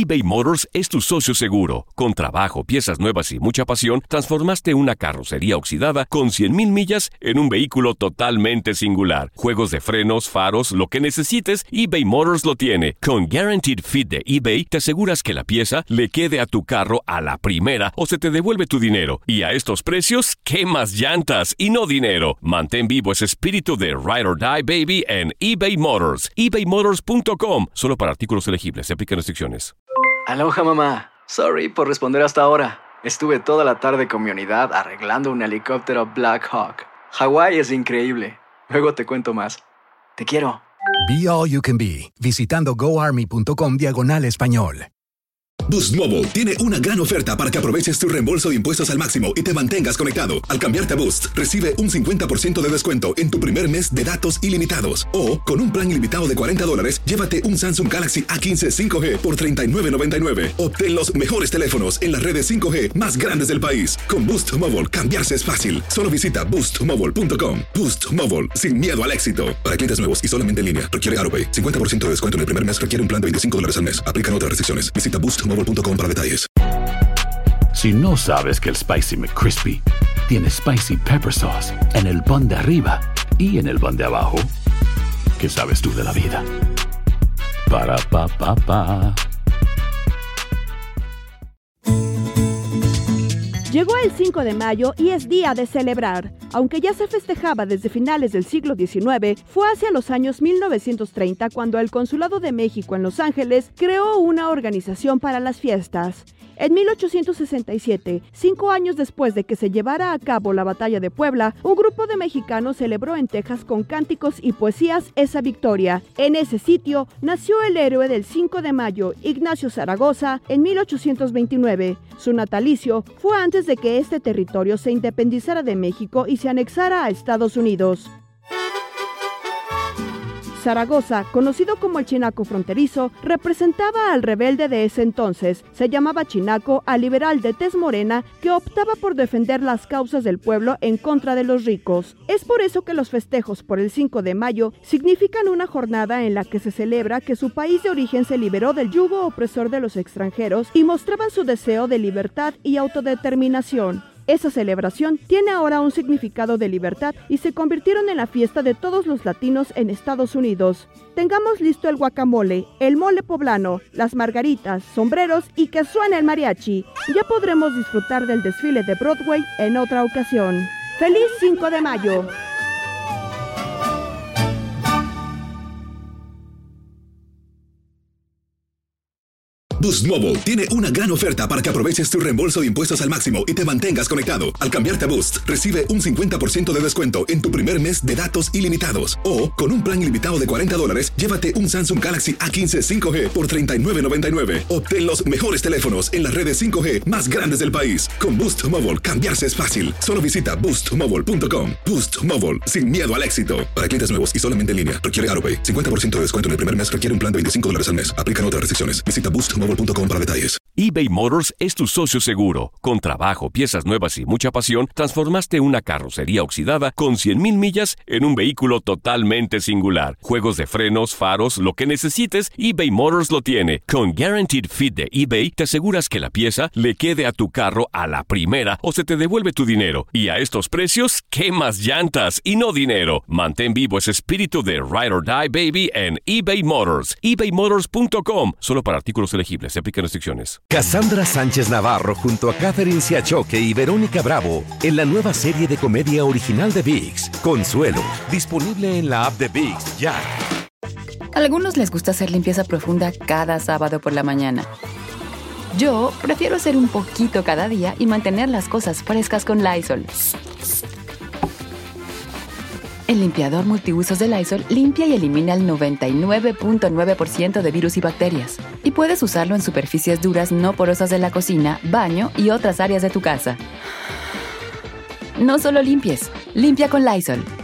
eBay Motors es tu socio seguro. Con trabajo, piezas nuevas y mucha pasión, transformaste una carrocería oxidada con 100,000 millas en un vehículo totalmente singular. Juegos de frenos, faros, lo que necesites, eBay Motors lo tiene. Con Guaranteed Fit de eBay, te aseguras que la pieza le quede a tu carro a la primera o se te devuelve tu dinero. Y a estos precios, ¿quemas llantas y no dinero? Mantén vivo ese espíritu de Ride or Die, baby, en eBay Motors. ebaymotors.com. Solo para artículos elegibles. Se aplican restricciones. Aloha, mamá. Sorry por responder hasta ahora. Estuve toda la tarde con mi unidad arreglando un helicóptero Black Hawk. Hawái es increíble. Luego te cuento más. Te quiero. Be All You Can Be, visitando goarmy.com/español. Boost Mobile tiene una gran oferta para que aproveches tu reembolso de impuestos al máximo y te mantengas conectado. Al cambiarte a Boost, recibe un 50% de descuento en tu primer mes de datos ilimitados. O, con un plan ilimitado de $40, llévate un Samsung Galaxy A15 5G por $39.99. Obtén los mejores teléfonos en las redes 5G más grandes del país. Con Boost Mobile, cambiarse es fácil. Solo visita boostmobile.com. Boost Mobile, sin miedo al éxito. Para clientes nuevos y solamente en línea, requiere AutoPay. 50% de descuento en el primer mes requiere un plan de $25 al mes. Aplican otras restricciones. Visita boostmobile.com para detalles. Si no sabes que el Spicy McCrispy tiene Spicy Pepper Sauce en el pan de arriba y en el pan de abajo, ¿qué sabes tú de la vida? Para, pa, pa, pa. Llegó el 5 de mayo y es día de celebrar. Aunque ya se festejaba desde finales del siglo XIX, fue hacia los años 1930 cuando el Consulado de México en Los Ángeles creó una organización para las fiestas. En 1867, 5 años después de que se llevara a cabo la Batalla de Puebla, un grupo de mexicanos celebró en Texas con cánticos y poesías esa victoria. En ese sitio nació el héroe del 5 de mayo, Ignacio Zaragoza, en 1829. Su natalicio fue antes de que este territorio se independizara de México y se anexara a Estados Unidos. Zaragoza, conocido como el Chinaco Fronterizo, representaba al rebelde de ese entonces. Se llamaba Chinaco al liberal de tez morena que optaba por defender las causas del pueblo en contra de los ricos. Es por eso que los festejos por el 5 de mayo significan una jornada en la que se celebra que su país de origen se liberó del yugo opresor de los extranjeros y mostraban su deseo de libertad y autodeterminación. Esa celebración tiene ahora un significado de libertad y se convirtieron en la fiesta de todos los latinos en Estados Unidos. Tengamos listo el guacamole, el mole poblano, las margaritas, sombreros y que suene el mariachi. Ya podremos disfrutar del desfile de Broadway en otra ocasión. ¡Feliz 5 de mayo! Boost Mobile tiene una gran oferta para que aproveches tu reembolso de impuestos al máximo y te mantengas conectado. Al cambiarte a Boost, recibe un 50% de descuento en tu primer mes de datos ilimitados. O, con un plan ilimitado de $40, llévate un Samsung Galaxy A15 5G por $39.99. Obtén los mejores teléfonos en las redes 5G más grandes del país. Con Boost Mobile, cambiarse es fácil. Solo visita boostmobile.com. Boost Mobile, sin miedo al éxito. Para clientes nuevos y solamente en línea, requiere AutoPay. 50% de descuento en el primer mes requiere un plan de $25 al mes. Aplican otras restricciones. Visita boostmobile.com para detalles. eBay Motors es tu socio seguro. Con trabajo, piezas nuevas y mucha pasión, transformaste una carrocería oxidada con 100,000 millas en un vehículo totalmente singular. Juegos de frenos, faros, lo que necesites, eBay Motors lo tiene. Con Guaranteed Fit de eBay, te aseguras que la pieza le quede a tu carro a la primera o se te devuelve tu dinero. Y a estos precios, ¿quemas llantas y no dinero? Mantén vivo ese espíritu de Ride or Die, baby, en eBay Motors. ebaymotors.com. Solo para artículos elegibles. Se aplican restricciones. Cassandra Sánchez Navarro junto a Catherine Siachoque y Verónica Bravo en la nueva serie de comedia original de ViX, Consuelo, disponible en la app de ViX ya. A algunos les gusta hacer limpieza profunda cada sábado por la mañana. Yo prefiero hacer un poquito cada día y mantener las cosas frescas con Lysol. El limpiador multiusos de Lysol limpia y elimina el 99.9% de virus y bacterias. Y puedes usarlo en superficies duras no porosas de la cocina, baño y otras áreas de tu casa. No solo limpies, limpia con Lysol.